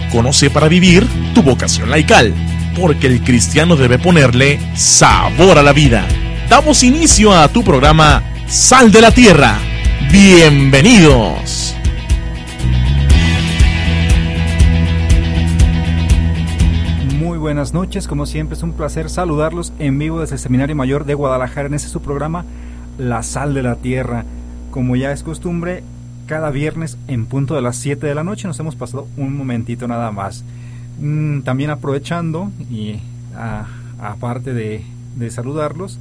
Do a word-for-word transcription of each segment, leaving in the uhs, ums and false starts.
Conoce para vivir tu vocación laical, porque el cristiano debe ponerle sabor a la vida. Damos inicio a tu programa Sal de la Tierra. Bienvenidos. Muy buenas noches, como siempre es un placer saludarlos en vivo desde el Seminario Mayor de Guadalajara en este su programa La Sal de la Tierra. Como ya es costumbre, cada viernes en punto de las siete de la noche nos hemos pasado un momentito nada más. Mm, también aprovechando y a, aparte de, de saludarlos,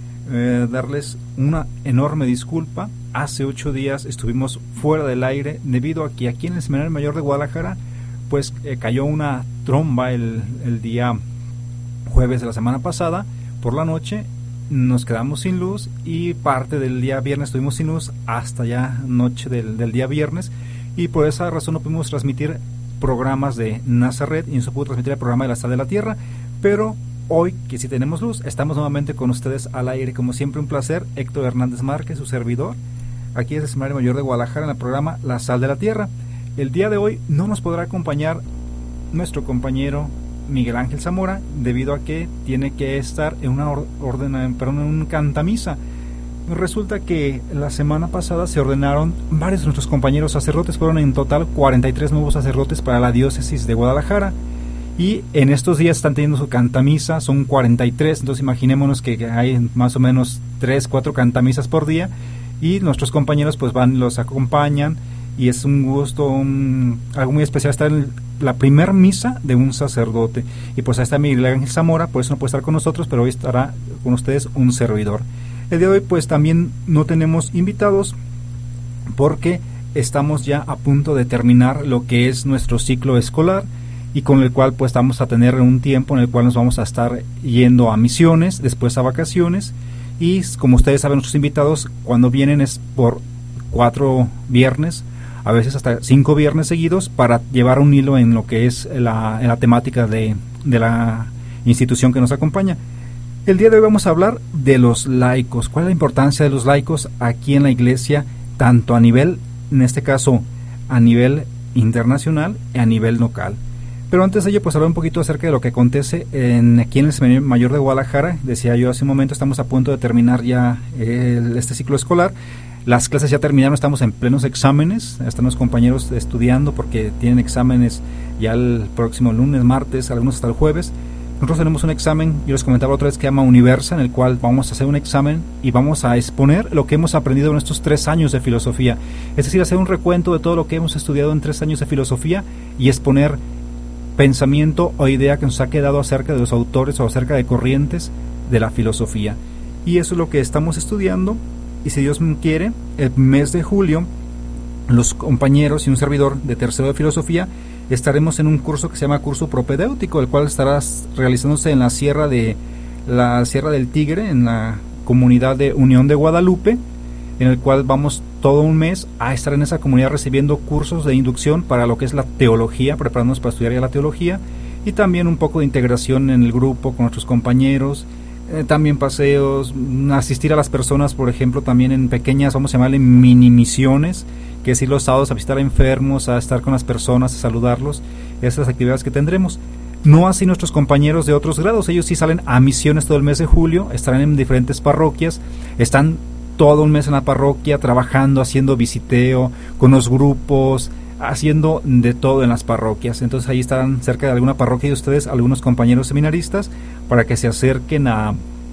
eh, darles una enorme disculpa. Hace ocho días estuvimos fuera del aire debido a que aquí en el Seminario Mayor de Guadalajara pues eh, cayó una tromba el, el día jueves de la semana pasada por la noche. Nos quedamos sin luz y parte del día viernes estuvimos sin luz hasta ya noche del, del día viernes, y por esa razón no pudimos transmitir programas de Nazaret y no se pudo transmitir el programa de la Sal de la Tierra. Pero hoy que sí tenemos luz, estamos nuevamente con ustedes al aire. Como siempre, un placer. Héctor Hernández Márquez, su servidor, aquí es el Seminario Mayor de Guadalajara en el programa La Sal de la Tierra. El día de hoy no nos podrá acompañar nuestro compañero Miguel Ángel Zamora, debido a que tiene que estar en una orden, perdón, en un cantamisa. Resulta que la semana pasada se ordenaron varios de nuestros compañeros sacerdotes, fueron en total cuarenta y tres nuevos sacerdotes para la diócesis de Guadalajara, y en estos días están teniendo su cantamisa, son cuarenta y tres, entonces imaginémonos que hay más o menos tres, cuatro cantamisas por día, y nuestros compañeros pues van, los acompañan, y es un gusto, un, algo muy especial estar en la primer misa de un sacerdote. Y pues ahí está Miguel Ángel Zamora, por eso no puede estar con nosotros, pero hoy estará con ustedes un servidor. El día de hoy pues también no tenemos invitados, porque estamos ya a punto de terminar lo que es nuestro ciclo escolar, y con el cual pues vamos a tener un tiempo en el cual nos vamos a estar yendo a misiones, después a vacaciones, y como ustedes saben, nuestros invitados cuando vienen es por cuatro viernes, a veces hasta cinco viernes seguidos, para llevar un hilo en lo que es la, en la temática de, de la institución que nos acompaña. El día de hoy vamos a hablar de los laicos. ¿Cuál es la importancia de los laicos aquí en la iglesia, tanto a nivel, en este caso, a nivel internacional y a nivel local? Pero antes de ello, pues hablar un poquito acerca de lo que acontece en, aquí en el Seminario Mayor de Guadalajara. Decía yo hace un momento, estamos a punto de terminar ya el, este ciclo escolar. Las clases ya terminaron, estamos en plenos exámenes, están los compañeros estudiando porque tienen exámenes ya el próximo lunes, martes, algunos hasta el jueves. Nosotros tenemos un examen, yo les comentaba otra vez, que se llama Universa, en el cual vamos a hacer un examen y vamos a exponer lo que hemos aprendido en estos tres años de filosofía. Es decir, hacer un recuento de todo lo que hemos estudiado en tres años de filosofía y exponer pensamiento o idea que nos ha quedado acerca de los autores o acerca de corrientes de la filosofía. Y eso es lo que estamos estudiando. Y si Dios quiere, el mes de julio, los compañeros y un servidor de tercero de filosofía estaremos en un curso que se llama curso propedéutico, el cual estará realizándose en la sierra de la Sierra del Tigre, en la comunidad de Unión de Guadalupe, en el cual vamos todo un mes a estar en esa comunidad recibiendo cursos de inducción para lo que es la teología, preparándonos para estudiar ya la teología, y también un poco de integración en el grupo con nuestros compañeros. Eh, también paseos, asistir a las personas, por ejemplo, también en pequeñas, vamos a llamarle mini misiones, que es ir los sábados a visitar a enfermos, a estar con las personas, a saludarlos, esas actividades que tendremos. No así nuestros compañeros de otros grados, ellos sí salen a misiones todo el mes de julio, estarán en diferentes parroquias, están todo un mes en la parroquia trabajando, haciendo visiteo con los grupos, haciendo de todo en las parroquias. Entonces ahí estarán cerca de alguna parroquia de ustedes algunos compañeros seminaristas para que se acerquen a,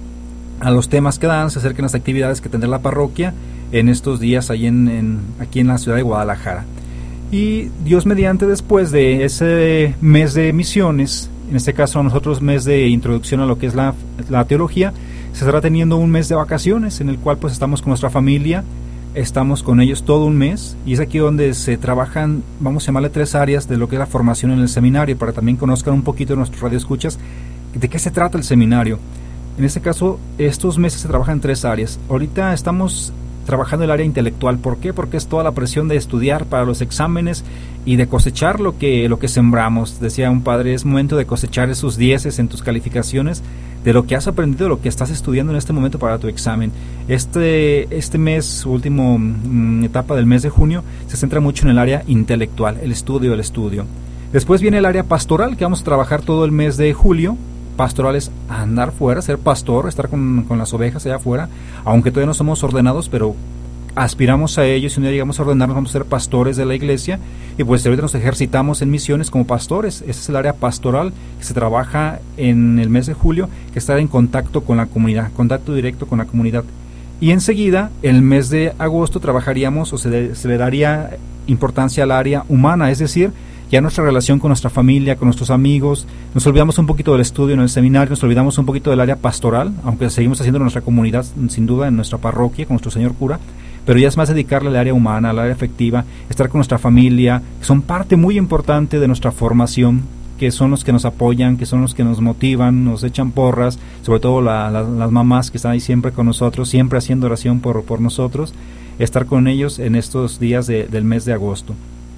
a los temas que dan, se acerquen a las actividades que tendrá la parroquia en estos días ahí en, en, aquí en la ciudad de Guadalajara. Y Dios mediante, después de ese mes de misiones, en este caso nosotros mes de introducción a lo que es la, la teología, se estará teniendo un mes de vacaciones en el cual pues estamos con nuestra familia, estamos con ellos todo un mes, y es aquí donde se trabajan, vamos a llamarle tres áreas de lo que es la formación en el seminario, para también conozcan un poquito de nuestros radioescuchas de qué se trata el seminario. En este caso, estos meses se trabajan en tres áreas. Ahorita estamos trabajando el área intelectual. ¿Por qué? Porque es toda la presión de estudiar para los exámenes y de cosechar lo que, lo que sembramos. Decía un padre, es momento de cosechar esos dieces en tus calificaciones de lo que has aprendido, de lo que estás estudiando en este momento para tu examen. Este, este mes, última mm, etapa del mes de junio, se centra mucho en el área intelectual, el estudio, el estudio. Después viene el área pastoral, que vamos a trabajar todo el mes de julio. Pastoral es andar fuera, ser pastor, estar con, con las ovejas allá afuera, aunque todavía no somos ordenados, pero aspiramos a ello. Si un día llegamos a ordenarnos, vamos a ser pastores de la iglesia, y pues ahorita nos ejercitamos en misiones como pastores. Ese es el área pastoral que se trabaja en el mes de julio, que está en contacto con la comunidad, contacto directo con la comunidad. Y enseguida, el mes de agosto, trabajaríamos o se, de, se le daría importancia al área humana, es decir, ya nuestra relación con nuestra familia, con nuestros amigos. Nos olvidamos un poquito del estudio en el seminario, nos olvidamos un poquito del área pastoral, aunque seguimos haciendo en nuestra comunidad, sin duda, en nuestra parroquia, con nuestro señor cura, pero ya es más dedicarle al área humana, al área afectiva, estar con nuestra familia, que son parte muy importante de nuestra formación, que son los que nos apoyan, que son los que nos motivan, nos echan porras, sobre todo la, la, las mamás que están ahí siempre con nosotros, siempre haciendo oración por, por nosotros, estar con ellos en estos días de, del mes de agosto.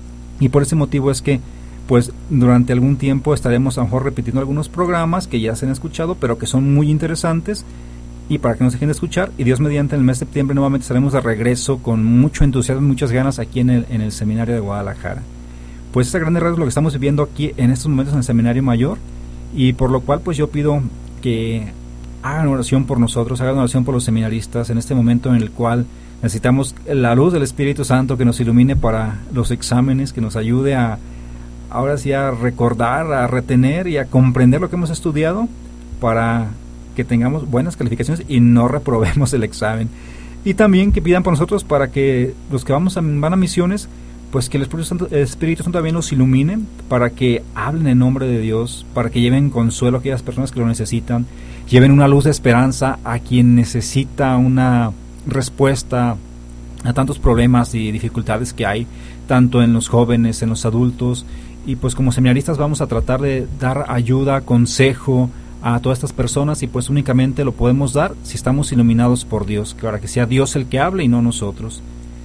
Y por ese motivo es que pues durante algún tiempo estaremos a lo mejor repitiendo algunos programas que ya se han escuchado, pero que son muy interesantes, y para que nos dejen de escuchar, y Dios mediante en el mes de septiembre nuevamente estaremos de regreso con mucho entusiasmo y muchas ganas aquí en el, en el seminario de Guadalajara. Pues esa grande realidad es lo que estamos viviendo aquí en estos momentos en el seminario mayor, y por lo cual pues yo pido que hagan oración por nosotros, hagan oración por los seminaristas en este momento en el cual necesitamos la luz del Espíritu Santo que nos ilumine para los exámenes, que nos ayude a ahora sí a recordar, a retener y a comprender lo que hemos estudiado para que tengamos buenas calificaciones y no reprobemos el examen. Y también que pidan por nosotros para que los que vamos a, van a misiones, pues que el Espíritu Santo, el Espíritu Santo también los ilumine para que hablen en nombre de Dios, para que lleven consuelo a aquellas personas que lo necesitan, lleven una luz de esperanza a quien necesita una respuesta a tantos problemas y dificultades que hay, tanto en los jóvenes, en los adultos. Y pues como seminaristas vamos a tratar de dar ayuda, consejo a todas estas personas, y pues únicamente lo podemos dar si estamos iluminados por Dios, para que sea Dios el que hable y no nosotros.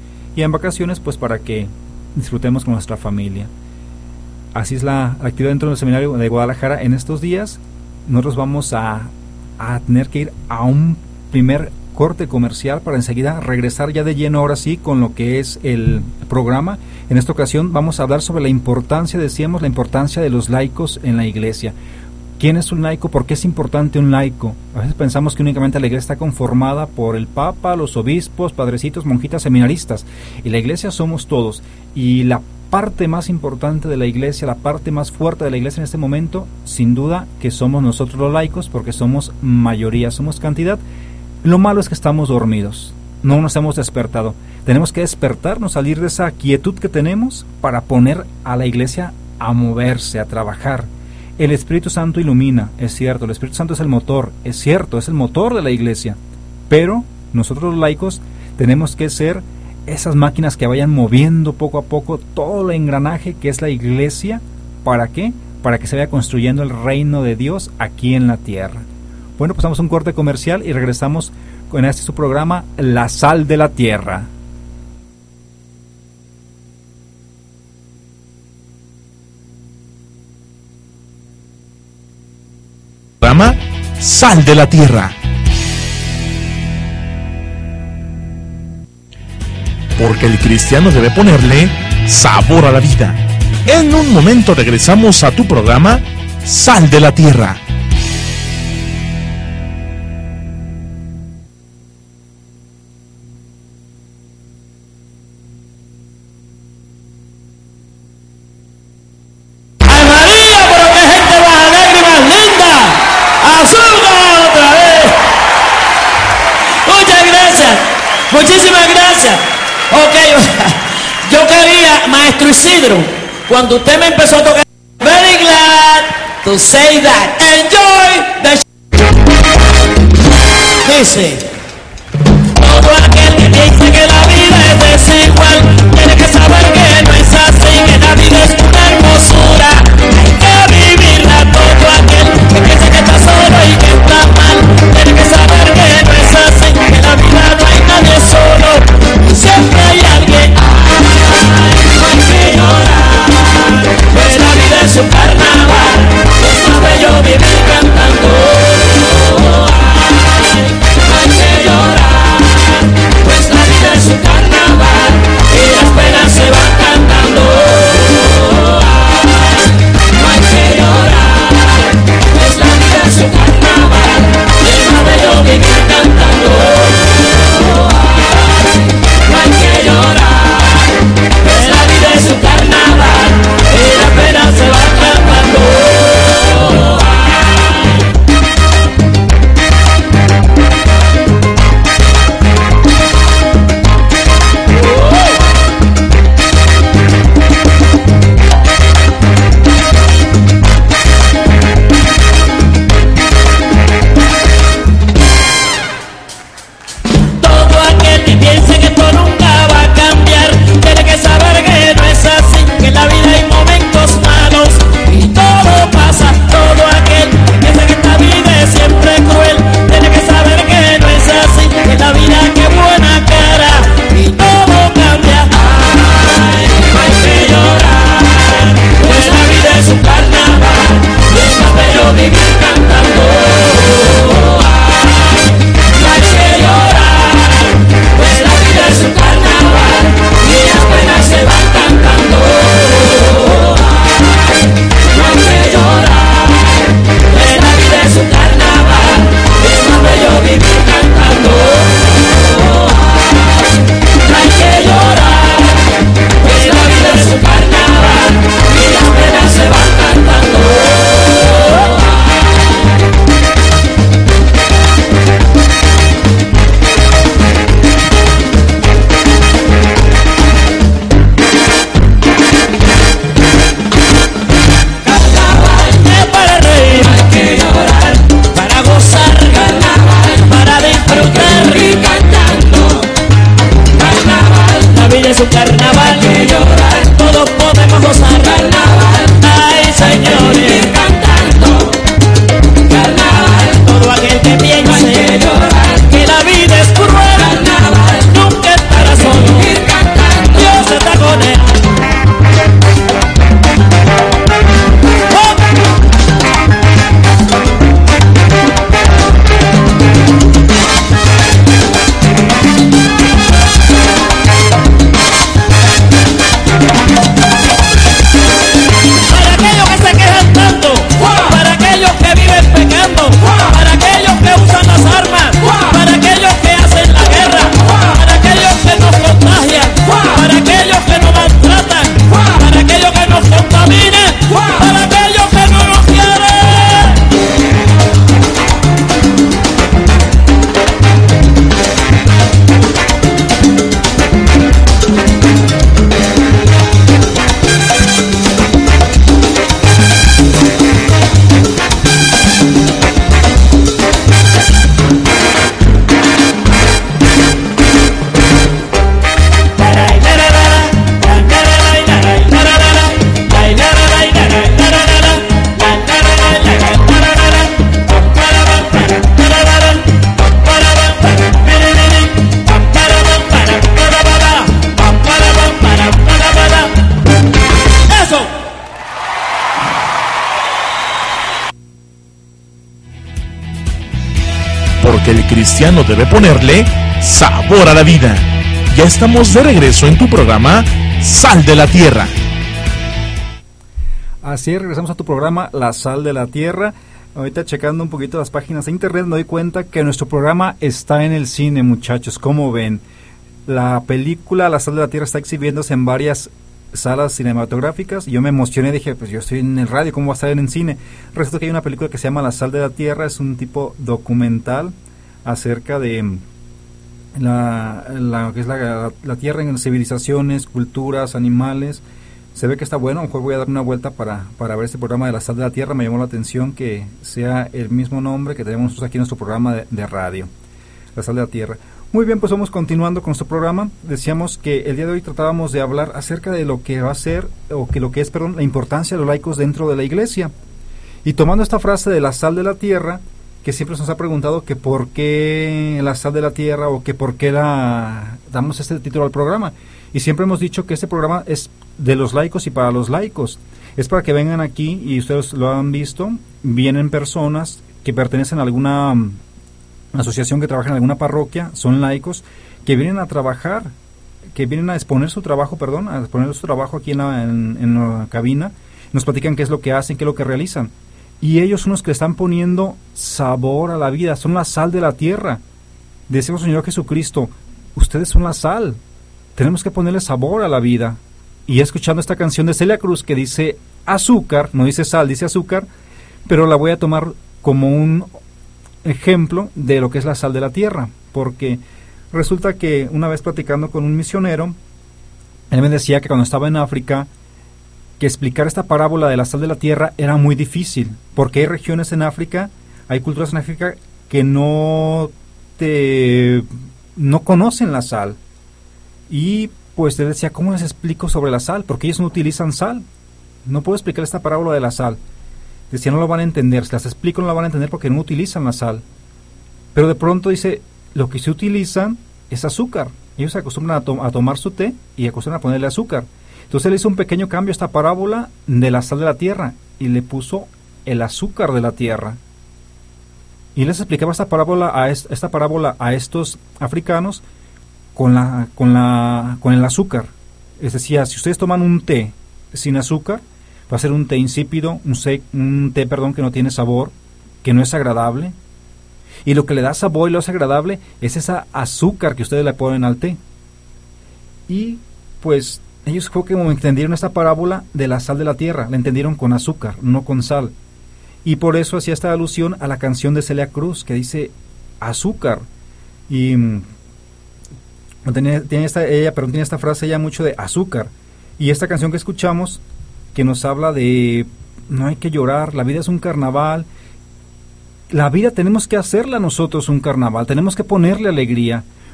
Y en vacaciones pues para que disfrutemos con nuestra familia. Así es la actividad dentro del seminario de Guadalajara en estos días. Nosotros vamos a, a tener que ir a un primer corte comercial para enseguida regresar ya de lleno ahora sí con lo que es el programa. En esta ocasión vamos a hablar sobre la importancia, decíamos, la importancia de los laicos en la iglesia. ¿Quién es un laico? ¿Por qué es importante un laico? A veces pensamos que únicamente la iglesia está conformada por el papa, los obispos, padrecitos, monjitas, seminaristas, y la iglesia somos todos, y la parte más importante de la iglesia, la parte más fuerte de la iglesia en este momento, sin duda que somos nosotros los laicos, porque somos mayoría, somos cantidad. Lo malo es que estamos dormidos, no nos hemos despertado. Tenemos que despertarnos, salir de esa quietud que tenemos para poner a la iglesia a moverse, a trabajar. El Espíritu Santo ilumina, es cierto, el Espíritu Santo es el motor, es cierto, es el motor de la iglesia, pero nosotros los laicos tenemos que ser esas máquinas que vayan moviendo poco a poco todo el engranaje que es la iglesia. ¿Para qué? Para que se vaya construyendo el reino de Dios aquí en la tierra. Bueno, pues vamos a un corte comercial y regresamos con este su programa, La Sal de la Tierra. Programa Sal de la Tierra. Porque el cristiano debe ponerle sabor a la vida. En un momento regresamos a tu programa Sal de la Tierra. Muchísimas gracias. Ok, yo quería, maestro Isidro, cuando usted me empezó a tocar, very glad to say that. Enjoy the show. Dice, todo aquel que piensa que la vida es desigual, tiene que saber que no es así, que la vida es una hermosura, hay que vivirla. Todo aquel que piensa que está solo y que está mal, tiene que saber que no es así, que la vida no hay nadie solo, y siempre hay alguien. Ay, no hay que llorar, pues la vida es un carnaval, es más bello vivir cantando. Ay, no hay que un carnaval, que llorar, todos podemos gozar carnaval. Ay, señores, ir cantando carnaval. Todo aquel que piense que llorar, que la vida es cruel, carnaval, nunca estará solo, ir cantando, Dios está con él. Porque el cristiano debe ponerle sabor a la vida. Ya estamos de regreso en tu programa Sal de la Tierra. Así es, regresamos a tu programa La Sal de la Tierra. Ahorita checando un poquito las páginas de internet me doy cuenta que nuestro programa está en el cine, muchachos. ¿Cómo ven? La película La Sal de la Tierra está exhibiéndose en varias salas cinematográficas y yo me emocioné, dije, pues yo estoy en el radio, ¿cómo va a estar en el cine? Resulta que hay una película que se llama La Sal de la Tierra, es un tipo documental acerca de la, la que es la, la tierra en civilizaciones, culturas, animales. Se ve que está bueno, a lo mejor voy a dar una vuelta para, para ver este programa de La Sal de la Tierra. Me llamó la atención que sea el mismo nombre que tenemos nosotros aquí en nuestro programa de, de radio, La Sal de la Tierra. Muy bien, pues vamos continuando con nuestro programa. Decíamos que el día de hoy tratábamos de hablar acerca de lo que va a ser, o que lo que es, perdón, la importancia de los laicos dentro de la iglesia. Y tomando esta frase de la sal de la tierra, que siempre se nos ha preguntado que por qué la sal de la tierra, o que por qué la damos este título al programa. Y siempre hemos dicho que este programa es de los laicos y para los laicos. Es para que vengan aquí, y ustedes lo han visto, vienen personas que pertenecen a alguna asociación, que trabaja en alguna parroquia, son laicos, que vienen a trabajar, que vienen a exponer su trabajo, perdón, a exponer su trabajo aquí en la, en, en la cabina, nos platican qué es lo que hacen, qué es lo que realizan, y ellos son los que están poniendo sabor a la vida, son la sal de la tierra. Decimos, Señor Jesucristo, ustedes son la sal, tenemos que ponerle sabor a la vida. Y escuchando esta canción de Celia Cruz que dice azúcar, no dice sal, dice azúcar, pero la voy a tomar como un ejemplo de lo que es la sal de la tierra, porque resulta que una vez platicando con un misionero, él me decía que cuando estaba en África, que explicar esta parábola de la sal de la tierra era muy difícil, porque hay regiones en África, hay culturas en África que no te no conocen la sal, y pues él decía, ¿cómo les explico sobre la sal? Porque ellos no utilizan sal, no puedo explicar esta parábola de la sal. Decía, no lo van a entender, si las explico no la van a entender porque no utilizan la sal. Pero de pronto dice, lo que se utilizan es azúcar. Ellos se acostumbran a, to- a tomar su té y acostumbran a ponerle azúcar. Entonces él hizo un pequeño cambio a esta parábola de la sal de la tierra y le puso el azúcar de la tierra. Y les explicaba esta parábola a, est- esta parábola a estos africanos con, la, con, la, con el azúcar. Les decía, si ustedes toman un té sin azúcar, va a ser un té insípido, un, sé, un té perdón, que no tiene sabor, que no es agradable. Y lo que le da sabor y lo hace agradable es esa azúcar que ustedes le ponen al té. Y pues ellos creo que entendieron esta parábola de la sal de la tierra, la entendieron con azúcar, no con sal. Y por eso hacía esta alusión a la canción de Celia Cruz que dice azúcar. Y tiene, tiene esta, ella, perdón, tiene esta frase ya mucho de azúcar. Y esta canción que escuchamos, que nos habla de no hay que llorar, la vida es un carnaval, la vida tenemos que hacerla nosotros un carnaval, tenemos que ponerle alegría.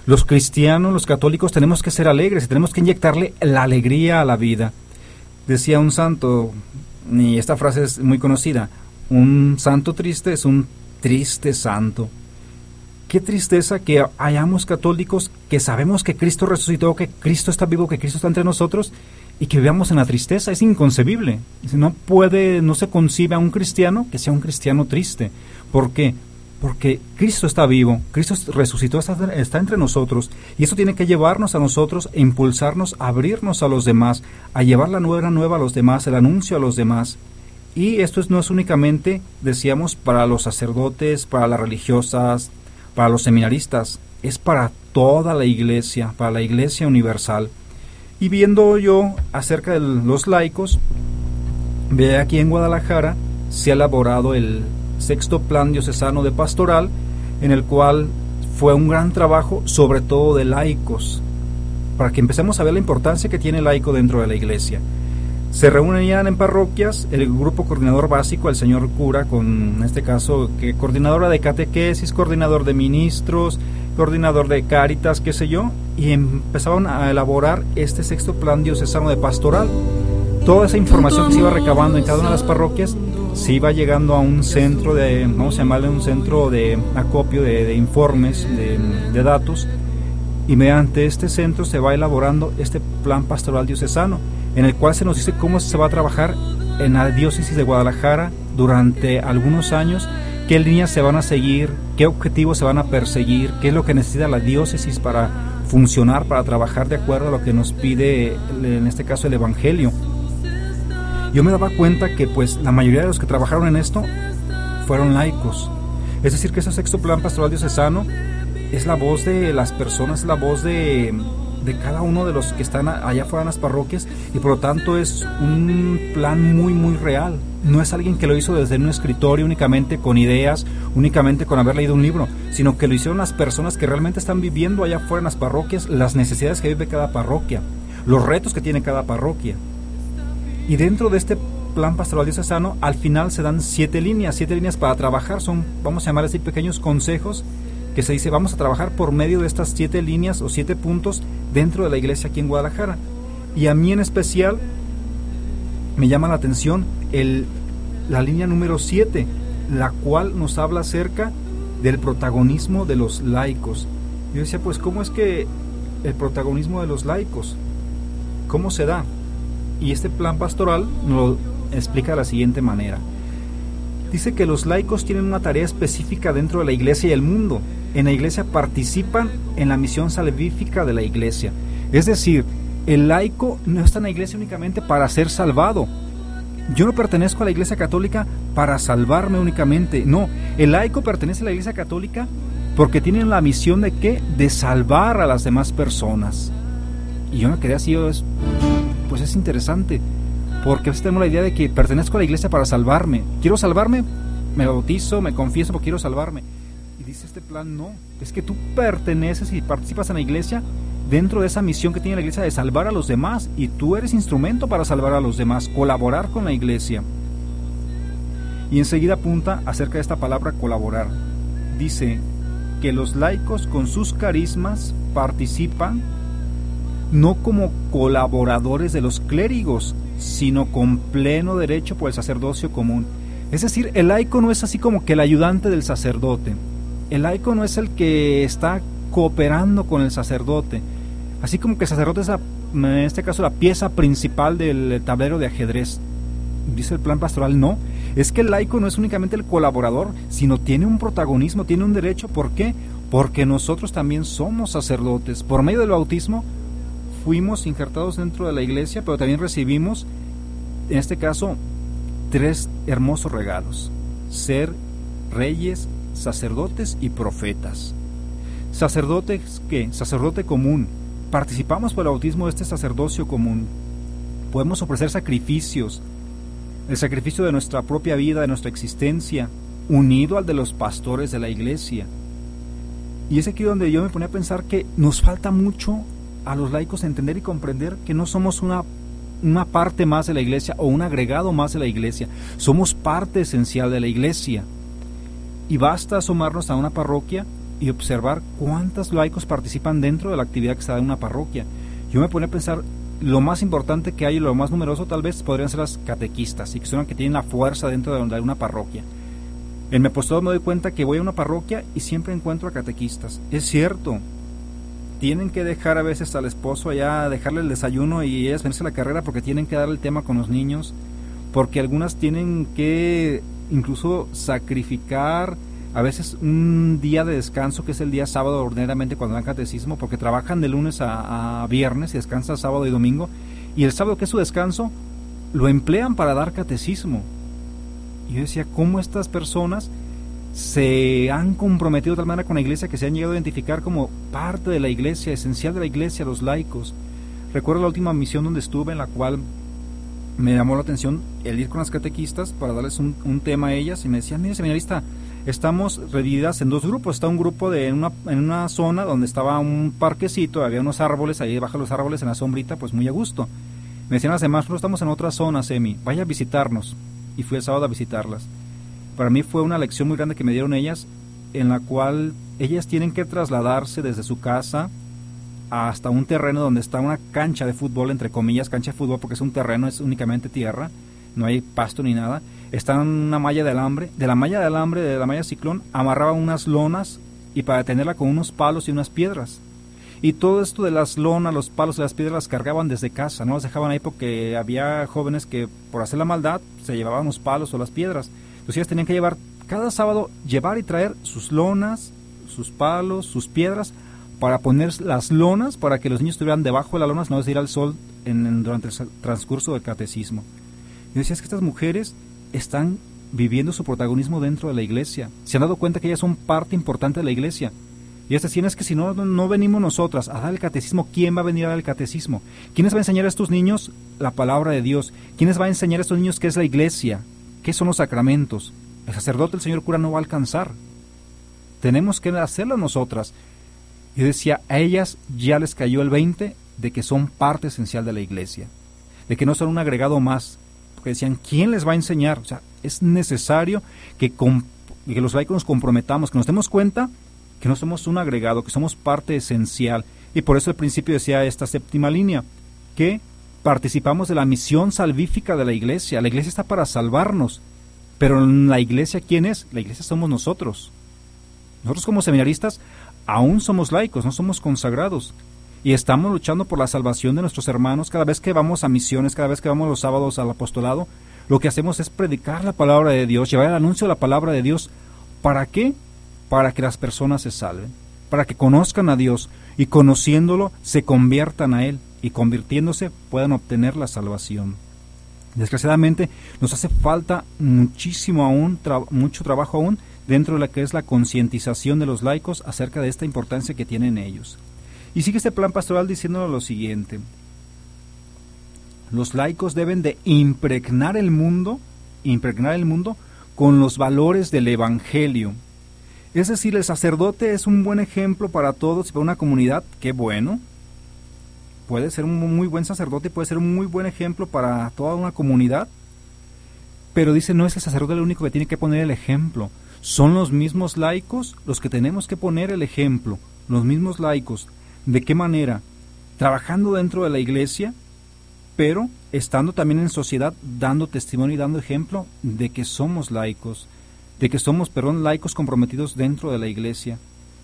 Los cristianos, los católicos, tenemos que ser alegres y tenemos que inyectarle la alegría a la vida. Decía un santo, y esta frase es muy conocida, un santo triste es un triste santo. Qué tristeza que hayamos católicos que sabemos que Cristo resucitó, que Cristo está vivo, que Cristo está entre nosotros y que vivamos en la tristeza. Es inconcebible. No puede, no se concibe a un cristiano que sea un cristiano triste. ¿Por qué? Porque Cristo está vivo, Cristo resucitó, está, está entre nosotros, y eso tiene que llevarnos a nosotros e impulsarnos a abrirnos a los demás, a llevar la nueva nueva a los demás, el anuncio a los demás. Y esto es, no es únicamente, decíamos, para los sacerdotes, para las religiosas, para los seminaristas, es para toda la iglesia, para la iglesia universal. Y viendo yo acerca de los laicos, ve aquí en Guadalajara se ha elaborado el sexto plan diocesano de pastoral, en el cual fue un gran trabajo, sobre todo de laicos, para que empecemos a ver la importancia que tiene el laico dentro de la iglesia. Se reunían en parroquias el grupo coordinador básico, el señor cura, con en este caso que coordinadora de catequesis, coordinador de ministros, coordinador de cáritas, qué sé yo, y empezaban a elaborar este sexto plan diocesano de pastoral. Toda esa información que se iba recabando en cada una de las parroquias se iba llegando a un centro de, vamos a llamarle un centro de acopio de, de informes, de, de datos, y mediante este centro se va elaborando este plan pastoral diocesano, en el cual se nos dice cómo se va a trabajar en la diócesis de Guadalajara durante algunos años, qué líneas se van a seguir, qué objetivos se van a perseguir, qué es lo que necesita la diócesis para funcionar, para trabajar de acuerdo a lo que nos pide, en este caso, el Evangelio. Yo me daba cuenta que pues la mayoría de los que trabajaron en esto fueron laicos. Es decir, que ese sexto plan pastoral diocesano es la voz de las personas, la voz de, de cada uno de los que están allá afuera en las parroquias, y por lo tanto es un plan muy muy real. No es alguien que lo hizo desde un escritorio únicamente con ideas, únicamente con haber leído un libro, sino que lo hicieron las personas que realmente están viviendo allá afuera en las parroquias, las necesidades que vive cada parroquia, los retos que tiene cada parroquia. Y dentro de este plan pastoral diocesano, al final se dan siete líneas, siete líneas para trabajar, son, vamos a llamar así, pequeños consejos, que se dice, vamos a trabajar por medio de estas siete líneas o siete puntos dentro de la iglesia aquí en Guadalajara. Y a mí en especial me llama la atención el, la línea número siete, la cual nos habla acerca del protagonismo de los laicos. Yo decía, pues, ¿cómo es que el protagonismo de los laicos? ¿Cómo se da? Y este plan pastoral nos lo explica de la siguiente manera. Dice que los laicos tienen una tarea específica dentro de la iglesia y el mundo. En la iglesia participan en la misión salvífica de la iglesia. Es decir, el laico no está en la iglesia únicamente para ser salvado. Yo no pertenezco a la iglesia católica para salvarme únicamente. No, el laico pertenece a la iglesia católica porque tienen la misión de ¿qué? De salvar a las demás personas. Y yo me quedé así, yo, pues es interesante, porque a veces tenemos la idea de que pertenezco a la iglesia para salvarme. Quiero salvarme, me bautizo, me confieso porque quiero salvarme. Y dice este plan, no, es que tú perteneces y participas en la iglesia dentro de esa misión que tiene la iglesia de salvar a los demás, y tú eres instrumento para salvar a los demás, colaborar con la iglesia. Y enseguida apunta acerca de esta palabra colaborar. Dice que los laicos con sus carismas participan no como colaboradores de los clérigos, sino con pleno derecho por el sacerdocio común. Es decir, el laico no es así como que el ayudante del sacerdote. El laico no es el que está cooperando con el sacerdote. Así como que el sacerdote es, la, en este caso, la pieza principal del tablero de ajedrez. Dice el plan pastoral, no. Es que el laico no es únicamente el colaborador, sino tiene un protagonismo, tiene un derecho. ¿Por qué? Porque nosotros también somos sacerdotes. Por medio del bautismo fuimos injertados dentro de la iglesia, pero también recibimos, en este caso, tres hermosos regalos: ser reyes, sacerdotes y profetas. Sacerdotes, ¿qué? Sacerdote común. Participamos por el bautismo de este sacerdocio común. Podemos ofrecer sacrificios, el sacrificio de nuestra propia vida, de nuestra existencia, unido al de los pastores de la iglesia. Y es aquí donde yo me ponía a pensar que nos falta mucho a los laicos entender y comprender que no somos una, una parte más de la iglesia o un agregado más de la iglesia. Somos parte esencial de la iglesia. Y basta asomarnos a una parroquia y observar cuántos laicos participan dentro de la actividad que se da en una parroquia. Yo me ponía a pensar, lo más importante que hay y lo más numeroso tal vez podrían ser las catequistas, y que son las que tienen la fuerza dentro de una parroquia. En mi apostolado me doy cuenta que voy a una parroquia y siempre encuentro a catequistas. Es cierto, tienen que dejar a veces al esposo allá, dejarle el desayuno y ellas venirse a la carrera porque tienen que dar el tema con los niños, porque algunas tienen que incluso sacrificar a veces un día de descanso, que es el día sábado ordinariamente cuando dan catecismo, porque trabajan de lunes a, a viernes y descansan sábado y domingo, y el sábado, que es su descanso, lo emplean para dar catecismo. Y yo decía, ¿cómo estas personas se han comprometido de tal manera con la iglesia que se han llegado a identificar como parte de la iglesia, esencial de la iglesia, los laicos? Recuerdo la última misión donde estuve, en la cual me llamó la atención el ir con las catequistas para darles un, un tema a ellas, y me decían, mire seminarista, estamos divididas en dos grupos. Está un grupo de en una, en una zona donde estaba un parquecito, había unos árboles, ahí bajo los árboles en la sombrita, pues muy a gusto. Me decían las demás, nosotros estamos en otra zona, Semi, vaya a visitarnos. Y fui el sábado a visitarlas. Para mí fue una lección muy grande que me dieron ellas, en la cual ellas tienen que trasladarse desde su casa hasta un terreno donde está una cancha de fútbol, entre comillas, cancha de fútbol, porque es un terreno, es únicamente tierra, no hay pasto ni nada. Está en una malla de alambre, de la malla de alambre, de la malla ciclón, amarraban unas lonas y para detenerla con unos palos y unas piedras. Y todo esto de las lonas, los palos y las piedras las cargaban desde casa, no las dejaban ahí porque había jóvenes que por hacer la maldad se llevaban los palos o las piedras. Entonces ellas tenían que llevar, cada sábado, llevar y traer sus lonas, sus palos, sus piedras, para poner las lonas, para que los niños estuvieran debajo de las lonas, no les diera el sol en, en, durante el transcurso del catecismo. Y decía, es que estas mujeres están viviendo su protagonismo dentro de la iglesia, se han dado cuenta que ellas son parte importante de la iglesia. Y ellas decían, es que si no, no, no venimos nosotras a dar el catecismo, ¿quién va a venir a dar el catecismo? ¿Quién les va a enseñar a estos niños la palabra de Dios? ¿Quién les va a enseñar a estos niños qué es la iglesia? ¿Qué son los sacramentos? El sacerdote, el señor cura no va a alcanzar. Tenemos que hacerlo nosotras. Y decía, a ellas ya les cayó el veinte de que son parte esencial de la iglesia, de que no son un agregado más. Porque decían, ¿quién les va a enseñar? O sea, es necesario que, com- que los laicos nos comprometamos, que nos demos cuenta que no somos un agregado, que somos parte esencial. Y por eso al principio decía esta séptima línea, que participamos de la misión salvífica de la iglesia. La iglesia está para salvarnos, pero en la iglesia, ¿quién es? La iglesia somos nosotros. Nosotros como seminaristas aún somos laicos, no somos consagrados, y estamos luchando por la salvación de nuestros hermanos. Cada vez que vamos a misiones, cada vez que vamos los sábados al apostolado, lo que hacemos es predicar la palabra de Dios, llevar el anuncio de la palabra de Dios. ¿Para qué? Para que las personas se salven, para que conozcan a Dios y conociéndolo se conviertan a Él y convirtiéndose puedan obtener la salvación. Desgraciadamente nos hace falta muchísimo aún, tra- mucho trabajo aún dentro de la que es la concientización de los laicos acerca de esta importancia que tienen ellos. Y sigue este plan pastoral diciéndonos lo siguiente: los laicos deben de impregnar el mundo, impregnar el mundo con los valores del Evangelio. Es decir, el sacerdote es un buen ejemplo para todos y para una comunidad. Qué bueno. Puede ser un muy buen sacerdote, puede ser un muy buen ejemplo para toda una comunidad. Pero dice, no es el sacerdote el único que tiene que poner el ejemplo. Son los mismos laicos los que tenemos que poner el ejemplo. Los mismos laicos. ¿De qué manera? Trabajando dentro de la iglesia, pero estando también en sociedad, dando testimonio y dando ejemplo de que somos laicos. de que somos, perdón, laicos comprometidos dentro de la iglesia.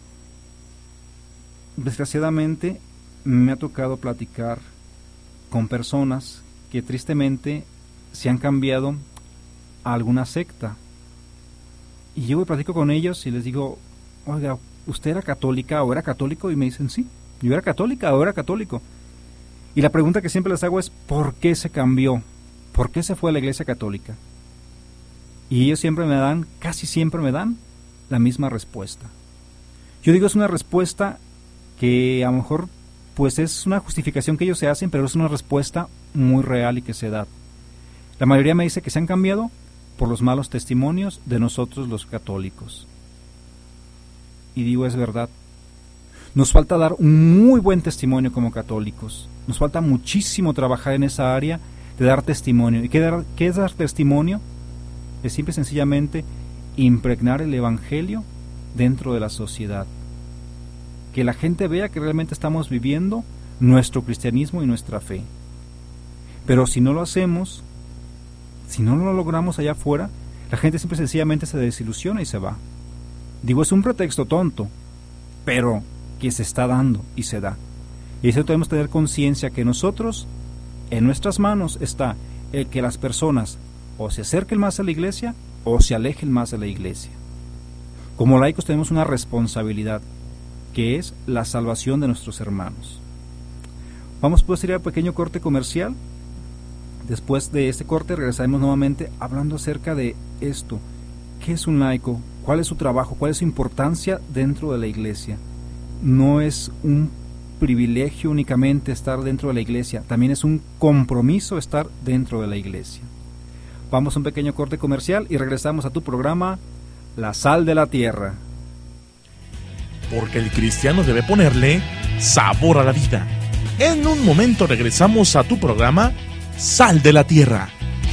Desgraciadamente, me ha tocado platicar con personas que tristemente se han cambiado a alguna secta. Y yo platico con ellos y les digo, oiga, ¿usted era católica o era católico? Y me dicen, sí, yo era católica o era católico. Y la pregunta que siempre les hago es, ¿por qué se cambió? ¿Por qué se fue a la iglesia católica? Y ellos siempre me dan, casi siempre me dan, la misma respuesta. Yo digo, es una respuesta que a lo mejor, pues es una justificación que ellos se hacen, pero es una respuesta muy real y que se da. La mayoría me dice que se han cambiado por los malos testimonios de nosotros los católicos. Y digo, es verdad. Nos falta dar un muy buen testimonio como católicos. Nos falta muchísimo trabajar en esa área de dar testimonio. ¿Y qué, dar, qué es dar testimonio? Es simple y sencillamente impregnar el Evangelio dentro de la sociedad. que la gente vea que realmente estamos viviendo nuestro cristianismo y nuestra fe. Pero si no lo hacemos, si no lo logramos allá afuera, la gente simple y sencillamente se desilusiona y se va. Digo, es un pretexto tonto, pero que se está dando y se da. Y eso debemos tener conciencia que nosotros, en nuestras manos está el que las personas o se acerquen más a la iglesia o se alejen más de la iglesia. Como laicos tenemos una responsabilidad, que es la salvación de nuestros hermanos. Vamos pues a ir a un pequeño corte comercial. Después de este corte regresaremos nuevamente hablando acerca de esto. ¿Qué es un laico? ¿Cuál es su trabajo? ¿Cuál es su importancia dentro de la iglesia? No es un privilegio únicamente estar dentro de la iglesia, también es un compromiso estar dentro de la iglesia. Vamos a un pequeño corte comercial y regresamos a tu programa La Sal de la Tierra. Porque el cristiano debe ponerle sabor a la vida. En un momento regresamos a tu programa Sal de la Tierra.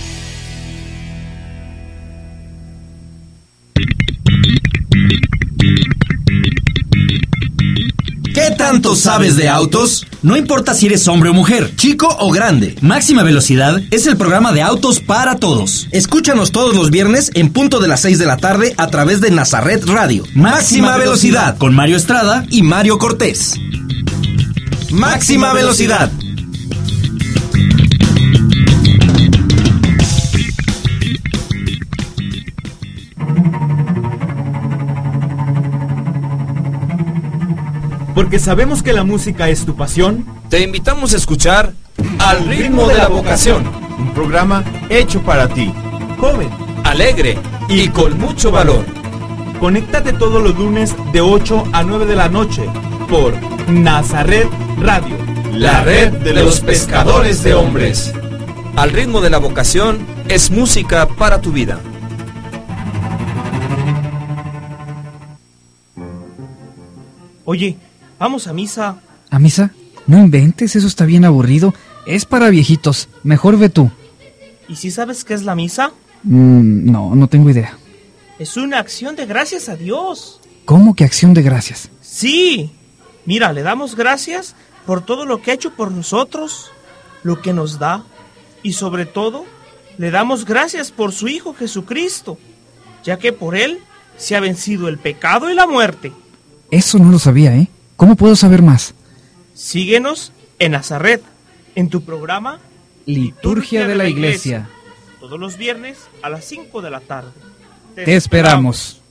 ¿Qué tanto sabes de autos? No importa si eres hombre o mujer, chico o grande. Máxima Velocidad es el programa de autos para todos. Escúchanos todos los viernes en punto de las seis de la tarde a través de Nazaret Radio. Máxima, Máxima Velocidad, Velocidad con Mario Estrada y Mario Cortés. Máxima, Máxima Velocidad. Porque sabemos que la música es tu pasión, te invitamos a escuchar Al Ritmo de la Vocación, un programa hecho para ti, joven, alegre y con mucho valor. Conéctate todos los lunes de ocho a nueve de la noche por Nazaret Radio, la red de los pescadores de hombres. Al Ritmo de la Vocación es música para tu vida. Oye, vamos a misa. ¿A misa? No inventes, eso está bien aburrido. Es para viejitos. Mejor ve tú. ¿Y si sabes qué es la misa? Mm, no, no tengo idea. Es una acción de gracias a Dios. ¿Cómo que acción de gracias? Sí. Mira, le damos gracias por todo lo que ha hecho por nosotros, lo que nos da. Y sobre todo, le damos gracias por su Hijo Jesucristo, ya que por Él se ha vencido el pecado y la muerte. Eso no lo sabía, ¿eh? ¿Cómo puedo saber más? Síguenos en Nazaret, en tu programa Liturgia de la Iglesia. Todos los viernes a las cinco de la tarde. Te, Te esperamos.